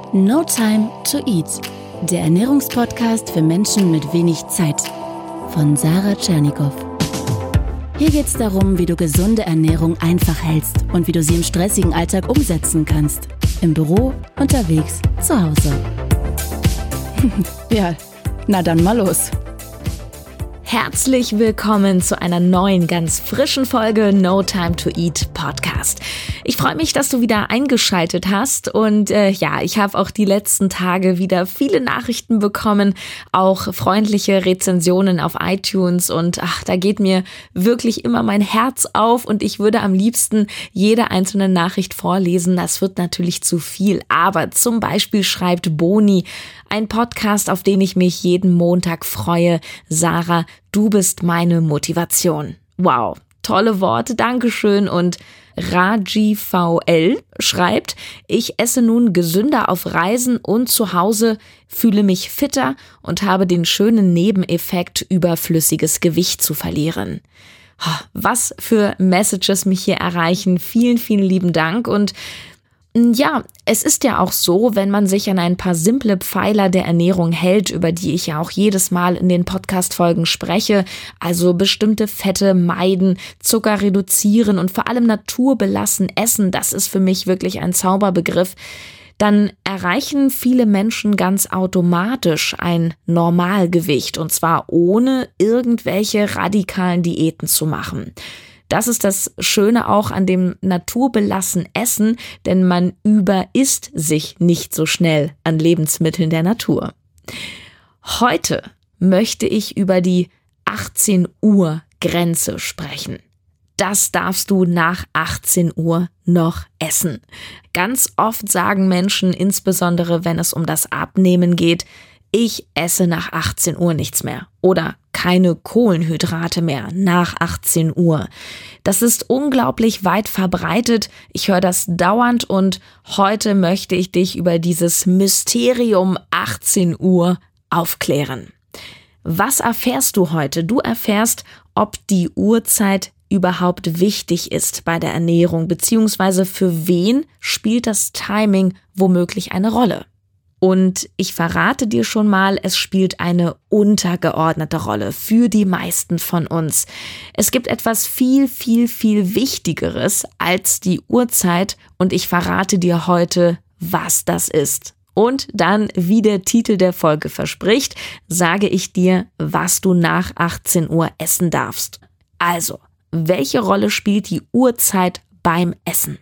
No Time to Eat, der Ernährungspodcast für Menschen mit wenig Zeit von Sarah Tschernikow. Hier geht es darum, wie du gesunde Ernährung einfach hältst und wie du sie im stressigen Alltag umsetzen kannst. Im Büro, unterwegs, zu Hause. Ja, na dann mal los. Herzlich willkommen zu einer neuen, ganz frischen Folge No Time to Eat Podcast. Ich freue mich, dass du wieder eingeschaltet hast und ich habe auch die letzten Tage wieder viele Nachrichten bekommen, auch freundliche Rezensionen auf iTunes und da geht mir wirklich immer mein Herz auf und ich würde am liebsten jede einzelne Nachricht vorlesen. Das wird natürlich zu viel, aber zum Beispiel schreibt Boni: ein Podcast, auf den ich mich jeden Montag freue. Sarah, du bist meine Motivation. Wow, tolle Worte, Dankeschön. Und Raji VL schreibt: ich esse nun gesünder auf Reisen und zu Hause, fühle mich fitter und habe den schönen Nebeneffekt, überflüssiges Gewicht zu verlieren. Was für Messages mich hier erreichen. Vielen, vielen lieben Dank. Und ja, es ist ja auch so, wenn man sich an ein paar simple Pfeiler der Ernährung hält, über die ich ja auch jedes Mal in den Podcast-Folgen spreche, also bestimmte Fette meiden, Zucker reduzieren und vor allem naturbelassen essen, das ist für mich wirklich ein Zauberbegriff, dann erreichen viele Menschen ganz automatisch ein Normalgewicht und zwar ohne irgendwelche radikalen Diäten zu machen. Das ist das Schöne auch an dem naturbelassen Essen, denn man überisst sich nicht so schnell an Lebensmitteln der Natur. Heute möchte ich über die 18 Uhr Grenze sprechen. Das darfst du nach 18 Uhr noch essen. Ganz oft sagen Menschen, insbesondere wenn es um das Abnehmen geht, ich esse nach 18 Uhr nichts mehr oder keine Kohlenhydrate mehr nach 18 Uhr. Das ist unglaublich weit verbreitet. Ich höre das dauernd und heute möchte ich dich über dieses Mysterium 18 Uhr aufklären. Was erfährst du heute? Du erfährst, ob die Uhrzeit überhaupt wichtig ist bei der Ernährung, beziehungsweise für wen spielt das Timing womöglich eine Rolle. Und ich verrate dir schon mal, es spielt eine untergeordnete Rolle für die meisten von uns. Es gibt etwas viel, viel, viel Wichtigeres als die Uhrzeit und ich verrate dir heute, was das ist. Und dann, wie der Titel der Folge verspricht, sage ich dir, was du nach 18 Uhr essen darfst. Also, welche Rolle spielt die Uhrzeit beim Essen?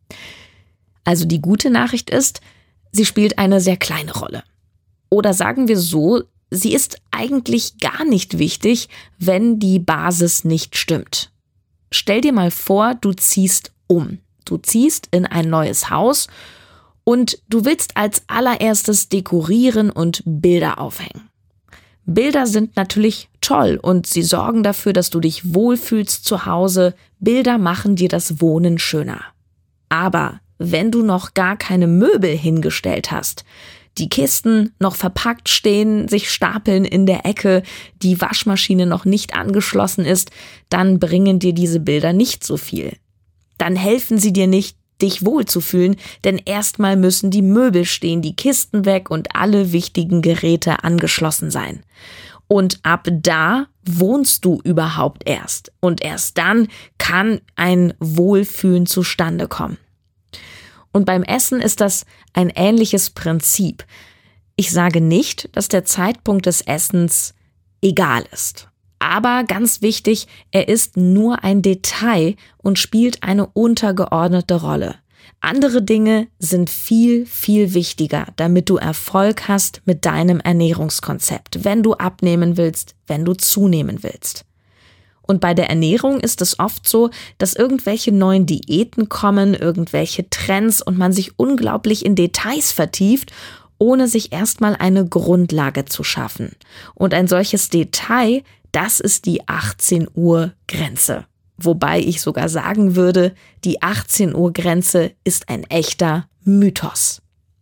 Also die gute Nachricht ist, sie spielt eine sehr kleine Rolle. Oder sagen wir so, sie ist eigentlich gar nicht wichtig, wenn die Basis nicht stimmt. Stell dir mal vor, du ziehst um. Du ziehst in ein neues Haus und du willst als allererstes dekorieren und Bilder aufhängen. Bilder sind natürlich toll und sie sorgen dafür, dass du dich wohlfühlst zu Hause. Bilder machen dir das Wohnen schöner. Aber wenn du noch gar keine Möbel hingestellt hast, die Kisten noch verpackt stehen, sich stapeln in der Ecke, die Waschmaschine noch nicht angeschlossen ist, dann bringen dir diese Bilder nicht so viel. Dann helfen sie dir nicht, dich wohlzufühlen, denn erstmal müssen die Möbel stehen, die Kisten weg und alle wichtigen Geräte angeschlossen sein. Und ab da wohnst du überhaupt erst. Und erst dann kann ein Wohlfühlen zustande kommen. Und beim Essen ist das ein ähnliches Prinzip. Ich sage nicht, dass der Zeitpunkt des Essens egal ist. Aber ganz wichtig, er ist nur ein Detail und spielt eine untergeordnete Rolle. Andere Dinge sind viel, viel wichtiger, damit du Erfolg hast mit deinem Ernährungskonzept, wenn du abnehmen willst, wenn du zunehmen willst. Und bei der Ernährung ist es oft so, dass irgendwelche neuen Diäten kommen, irgendwelche Trends und man sich unglaublich in Details vertieft, ohne sich erstmal eine Grundlage zu schaffen. Und ein solches Detail, das ist die 18 Uhr Grenze. Wobei ich sogar sagen würde, die 18 Uhr Grenze ist ein echter Mythos.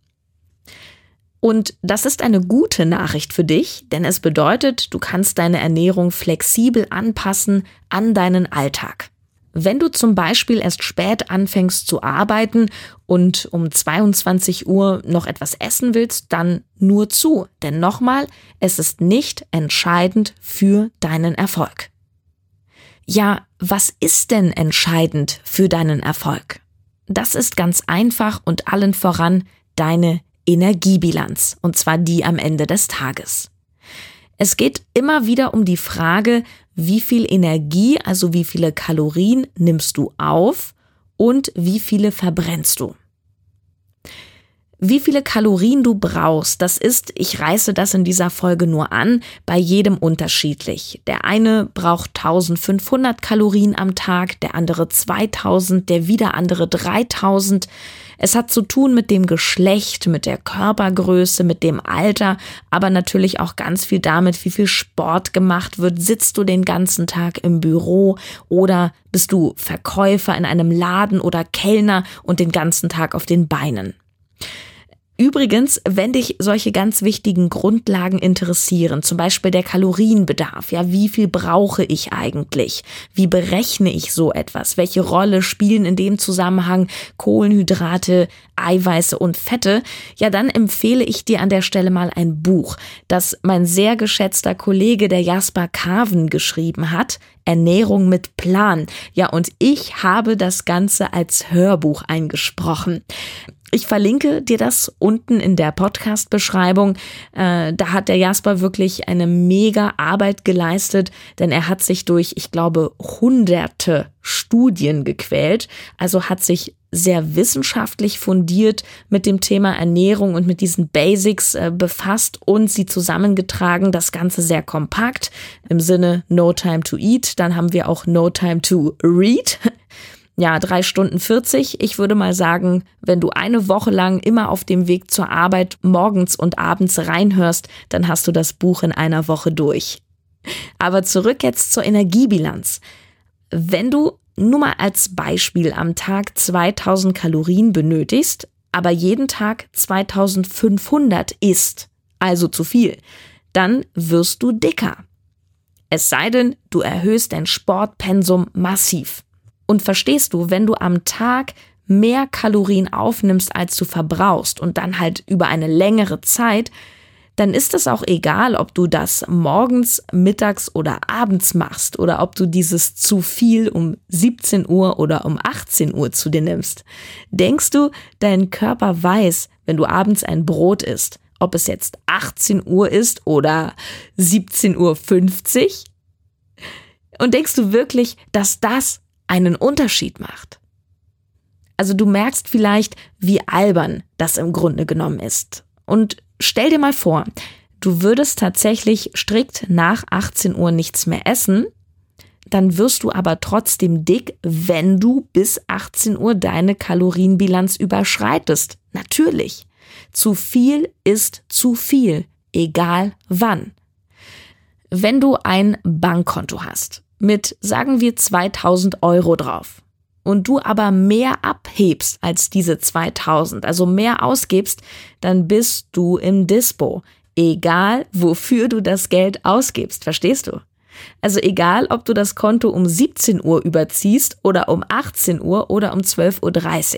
Und das ist eine gute Nachricht für dich, denn es bedeutet, du kannst deine Ernährung flexibel anpassen an deinen Alltag. Wenn du zum Beispiel erst spät anfängst zu arbeiten und um 22 Uhr noch etwas essen willst, dann nur zu. Denn nochmal, es ist nicht entscheidend für deinen Erfolg. Ja, was ist denn entscheidend für deinen Erfolg? Das ist ganz einfach und allen voran deine Energiebilanz, und zwar die am Ende des Tages. Es geht immer wieder um die Frage, wie viel Energie, also wie viele Kalorien nimmst du auf und wie viele verbrennst du. Wie viele Kalorien du brauchst, das ist, ich reiße das in dieser Folge nur an, bei jedem unterschiedlich. Der eine braucht 1500 Kalorien am Tag, der andere 2000, der wieder andere 3000. Es hat zu tun mit dem Geschlecht, mit der Körpergröße, mit dem Alter, aber natürlich auch ganz viel damit, wie viel Sport gemacht wird. Sitzt du den ganzen Tag im Büro oder bist du Verkäufer in einem Laden oder Kellner und den ganzen Tag auf den Beinen? Übrigens, wenn dich solche ganz wichtigen Grundlagen interessieren, zum Beispiel der Kalorienbedarf, ja, wie viel brauche ich eigentlich? Wie berechne ich so etwas? Welche Rolle spielen in dem Zusammenhang Kohlenhydrate, Eiweiße und Fette? Ja, dann empfehle ich dir an der Stelle mal ein Buch, das mein sehr geschätzter Kollege, der Jasper Carven, geschrieben hat. Ernährung mit Plan. Ja, und ich habe das Ganze als Hörbuch eingesprochen. Ich verlinke dir das unten in der Podcast-Beschreibung. Da hat der Jasper wirklich eine mega Arbeit geleistet, denn er hat sich durch, ich glaube, hunderte Studien gequält, also hat sich sehr wissenschaftlich fundiert mit dem Thema Ernährung und mit diesen Basics befasst und sie zusammengetragen, das Ganze sehr kompakt, im Sinne No Time to Eat, dann haben wir auch No Time to Read. Ja, 3 Stunden 40. Ich würde mal sagen, wenn du eine Woche lang immer auf dem Weg zur Arbeit morgens und abends reinhörst, dann hast du das Buch in einer Woche durch. Aber zurück jetzt zur Energiebilanz. Wenn du nur mal als Beispiel am Tag 2000 Kalorien benötigst, aber jeden Tag 2500 isst, also zu viel, dann wirst du dicker. Es sei denn, du erhöhst dein Sportpensum massiv. Und verstehst du, wenn du am Tag mehr Kalorien aufnimmst, als du verbrauchst und dann halt über eine längere Zeit, dann ist es auch egal, ob du das morgens, mittags oder abends machst oder ob du dieses zu viel um 17 Uhr oder um 18 Uhr zu dir nimmst. Denkst du, dein Körper weiß, wenn du abends ein Brot isst, ob es jetzt 18 Uhr ist oder 17:50 Uhr? Und denkst du wirklich, dass das einen Unterschied macht? Also du merkst vielleicht, wie albern das im Grunde genommen ist. Und stell dir mal vor, du würdest tatsächlich strikt nach 18 Uhr nichts mehr essen, dann wirst du aber trotzdem dick, wenn du bis 18 Uhr deine Kalorienbilanz überschreitest. Natürlich. Zu viel ist zu viel, egal wann. Wenn du ein Bankkonto hast, mit, sagen wir, 2000 Euro drauf und du aber mehr abhebst als diese 2000, also mehr ausgibst, dann bist du im Dispo. Egal, wofür du das Geld ausgibst, verstehst du? Also egal, ob du das Konto um 17 Uhr überziehst oder um 18 Uhr oder um 12:30 Uhr.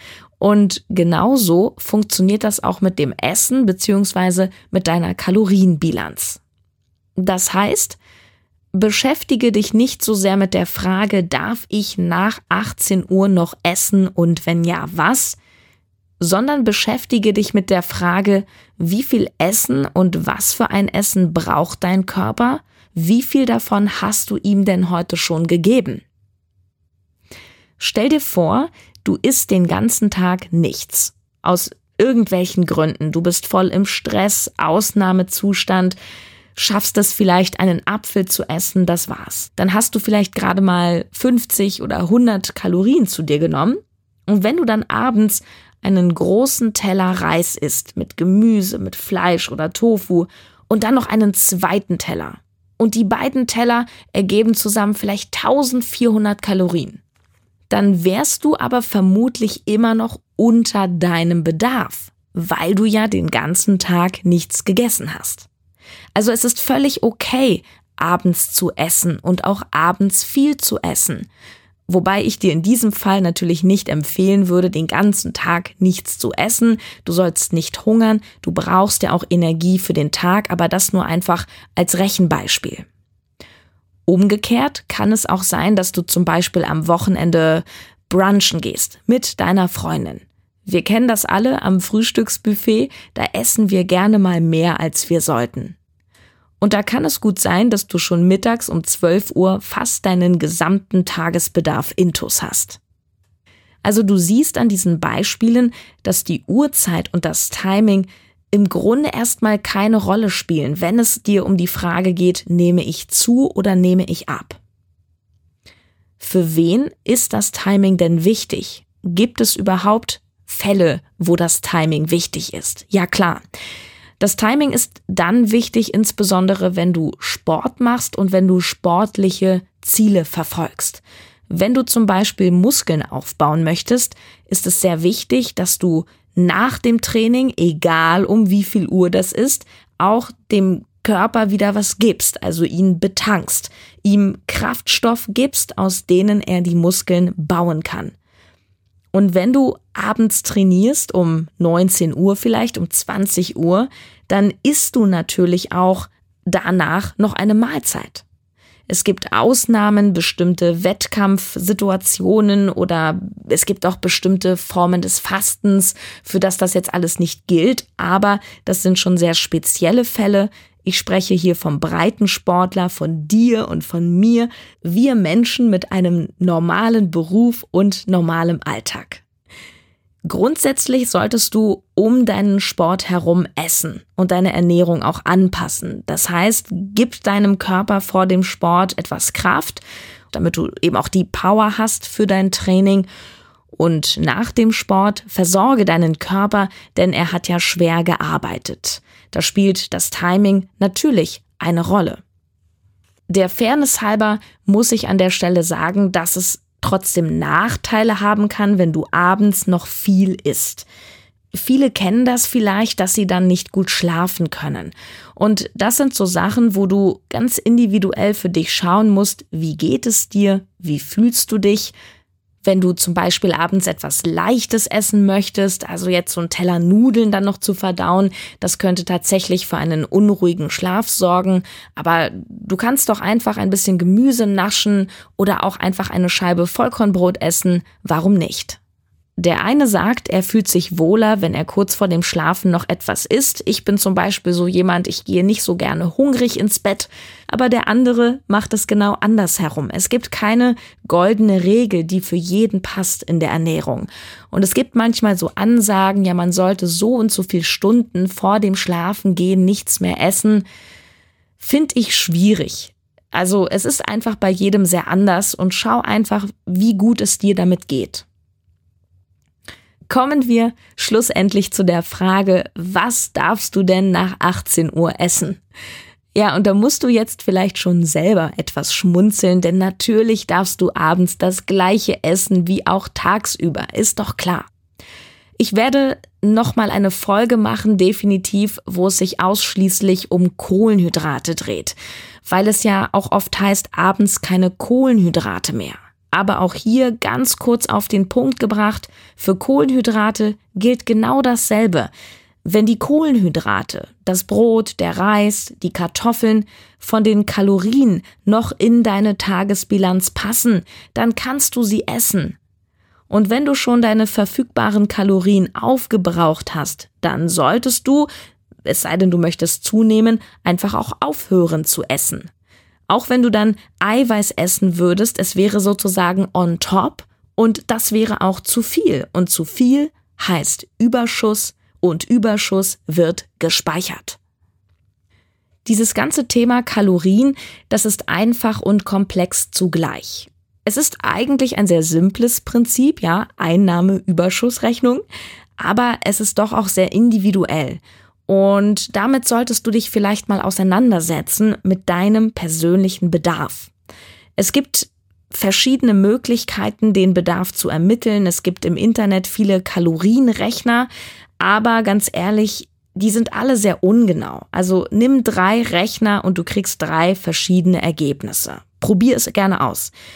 Und genauso funktioniert das auch mit dem Essen bzw. mit deiner Kalorienbilanz. Das heißt, beschäftige dich nicht so sehr mit der Frage, darf ich nach 18 Uhr noch essen und wenn ja, was? Sondern beschäftige dich mit der Frage, wie viel Essen und was für ein Essen braucht dein Körper? Wie viel davon hast du ihm denn heute schon gegeben? Stell dir vor, du isst den ganzen Tag nichts. Aus irgendwelchen Gründen. Du bist voll im Stress, Ausnahmezustand, schaffst es vielleicht, einen Apfel zu essen, das war's. Dann hast du vielleicht gerade mal 50 oder 100 Kalorien zu dir genommen. Und wenn du dann abends einen großen Teller Reis isst, mit Gemüse, mit Fleisch oder Tofu und dann noch einen zweiten Teller. Und die beiden Teller ergeben zusammen vielleicht 1400 Kalorien. Dann wärst du aber vermutlich immer noch unter deinem Bedarf, weil du ja den ganzen Tag nichts gegessen hast. Also es ist völlig okay, abends zu essen und auch abends viel zu essen. Wobei ich dir in diesem Fall natürlich nicht empfehlen würde, den ganzen Tag nichts zu essen. Du sollst nicht hungern, du brauchst ja auch Energie für den Tag, aber das nur einfach als Rechenbeispiel. Umgekehrt kann es auch sein, dass du zum Beispiel am Wochenende brunchen gehst mit deiner Freundin. Wir kennen das alle am Frühstücksbuffet, da essen wir gerne mal mehr, als wir sollten. Und da kann es gut sein, dass du schon mittags um 12 Uhr fast deinen gesamten Tagesbedarf intus hast. Also du siehst an diesen Beispielen, dass die Uhrzeit und das Timing im Grunde erstmal keine Rolle spielen, wenn es dir um die Frage geht, nehme ich zu oder nehme ich ab? Für wen ist das Timing denn wichtig? Gibt es überhaupt Fälle, wo das Timing wichtig ist? Ja, klar. Das Timing ist dann wichtig, insbesondere wenn du Sport machst und wenn du sportliche Ziele verfolgst. Wenn du zum Beispiel Muskeln aufbauen möchtest, ist es sehr wichtig, dass du nach dem Training, egal um wie viel Uhr das ist, auch dem Körper wieder was gibst, also ihn betankst, ihm Kraftstoff gibst, aus denen er die Muskeln bauen kann. Und wenn du abends trainierst, um 19 Uhr vielleicht, um 20 Uhr, dann isst du natürlich auch danach noch eine Mahlzeit. Es gibt Ausnahmen, bestimmte Wettkampfsituationen oder es gibt auch bestimmte Formen des Fastens, für das jetzt alles nicht gilt, aber das sind schon sehr spezielle Fälle. Ich spreche hier vom Breitensportler, von dir und von mir, wir Menschen mit einem normalen Beruf und normalem Alltag. Grundsätzlich solltest du um deinen Sport herum essen und deine Ernährung auch anpassen. Das heißt, gib deinem Körper vor dem Sport etwas Kraft, damit du eben auch die Power hast für dein Training. Und nach dem Sport versorge deinen Körper, denn er hat ja schwer gearbeitet. Da spielt das Timing natürlich eine Rolle. Der Fairness halber muss ich an der Stelle sagen, dass es trotzdem Nachteile haben kann, wenn du abends noch viel isst. Viele kennen das vielleicht, dass sie dann nicht gut schlafen können. Und das sind so Sachen, wo du ganz individuell für dich schauen musst, wie geht es dir, wie fühlst du dich. Wenn du zum Beispiel abends etwas Leichtes essen möchtest, also jetzt so einen Teller Nudeln dann noch zu verdauen, das könnte tatsächlich für einen unruhigen Schlaf sorgen. Aber du kannst doch einfach ein bisschen Gemüse naschen oder auch einfach eine Scheibe Vollkornbrot essen. Warum nicht? Der eine sagt, er fühlt sich wohler, wenn er kurz vor dem Schlafen noch etwas isst. Ich bin zum Beispiel so jemand, ich gehe nicht so gerne hungrig ins Bett. Aber der andere macht es genau andersherum. Es gibt keine goldene Regel, die für jeden passt in der Ernährung. Und es gibt manchmal so Ansagen, ja, man sollte so und so viele Stunden vor dem Schlafengehen nichts mehr essen. Finde ich schwierig. Also es ist einfach bei jedem sehr anders und schau einfach, wie gut es dir damit geht. Kommen wir schlussendlich zu der Frage, was darfst du denn nach 18 Uhr essen? Ja, und da musst du jetzt vielleicht schon selber etwas schmunzeln, denn natürlich darfst du abends das gleiche essen wie auch tagsüber, ist doch klar. Ich werde nochmal eine Folge machen, definitiv, wo es sich ausschließlich um Kohlenhydrate dreht, weil es ja auch oft heißt, abends keine Kohlenhydrate mehr. Aber auch hier ganz kurz auf den Punkt gebracht, für Kohlenhydrate gilt genau dasselbe. Wenn die Kohlenhydrate, das Brot, der Reis, die Kartoffeln von den Kalorien noch in deine Tagesbilanz passen, dann kannst du sie essen. Und wenn du schon deine verfügbaren Kalorien aufgebraucht hast, dann solltest du, es sei denn du möchtest zunehmen, einfach auch aufhören zu essen. Auch wenn du dann Eiweiß essen würdest, es wäre sozusagen on top und das wäre auch zu viel. Und zu viel heißt Überschuss und Überschuss wird gespeichert. Dieses ganze Thema Kalorien, das ist einfach und komplex zugleich. Es ist eigentlich ein sehr simples Prinzip, ja, Einnahme-Überschussrechnung, aber es ist doch auch sehr individuell. Und damit solltest du dich vielleicht mal auseinandersetzen mit deinem persönlichen Bedarf. Es gibt verschiedene Möglichkeiten, den Bedarf zu ermitteln. Es gibt im Internet viele Kalorienrechner, aber ganz ehrlich, die sind alle sehr ungenau. Also nimm 3 Rechner und du kriegst 3 verschiedene Ergebnisse. Probier es gerne aus.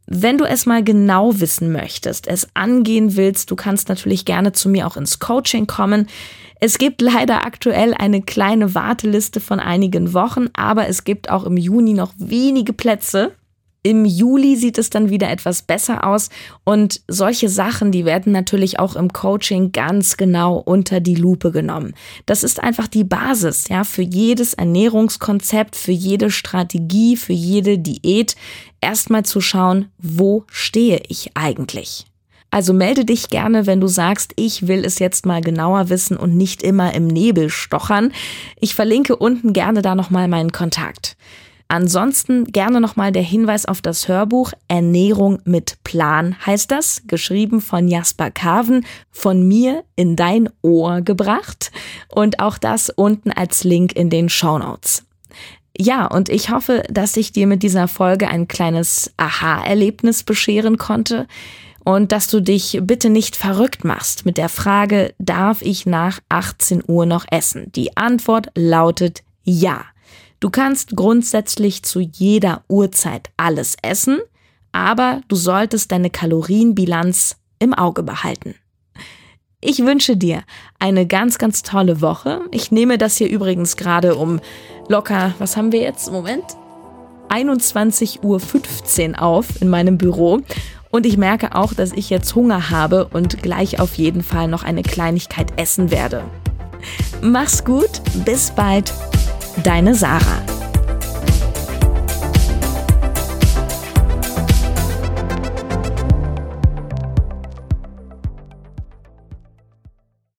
Wenn du es mal genau wissen möchtest, es angehen willst, du kannst natürlich gerne zu mir auch ins Coaching kommen. Es gibt leider aktuell eine kleine Warteliste von einigen Wochen, aber es gibt auch im Juni noch wenige Plätze. Im Juli sieht es dann wieder etwas besser aus und solche Sachen, die werden natürlich auch im Coaching ganz genau unter die Lupe genommen. Das ist einfach die Basis, ja, für jedes Ernährungskonzept, für jede Strategie, für jede Diät, erstmal zu schauen, wo stehe ich eigentlich? Also melde dich gerne, wenn du sagst, ich will es jetzt mal genauer wissen und nicht immer im Nebel stochern. Ich verlinke unten gerne da nochmal meinen Kontakt. Ansonsten gerne nochmal der Hinweis auf das Hörbuch Ernährung mit Plan heißt das, geschrieben von Jasper Carven, von mir in dein Ohr gebracht und auch das unten als Link in den Shownotes. Ja, und ich hoffe, dass ich dir mit dieser Folge ein kleines Aha-Erlebnis bescheren konnte und dass du dich bitte nicht verrückt machst mit der Frage, darf ich nach 18 Uhr noch essen? Die Antwort lautet ja. Du kannst grundsätzlich zu jeder Uhrzeit alles essen, aber du solltest deine Kalorienbilanz im Auge behalten. Ich wünsche dir eine ganz, ganz tolle Woche. Ich nehme das hier übrigens gerade um locker, was haben wir jetzt? Moment. 21:15 Uhr auf in meinem Büro. Und ich merke auch, dass ich jetzt Hunger habe und gleich auf jeden Fall noch eine Kleinigkeit essen werde. Mach's gut, bis bald. Deine Sarah.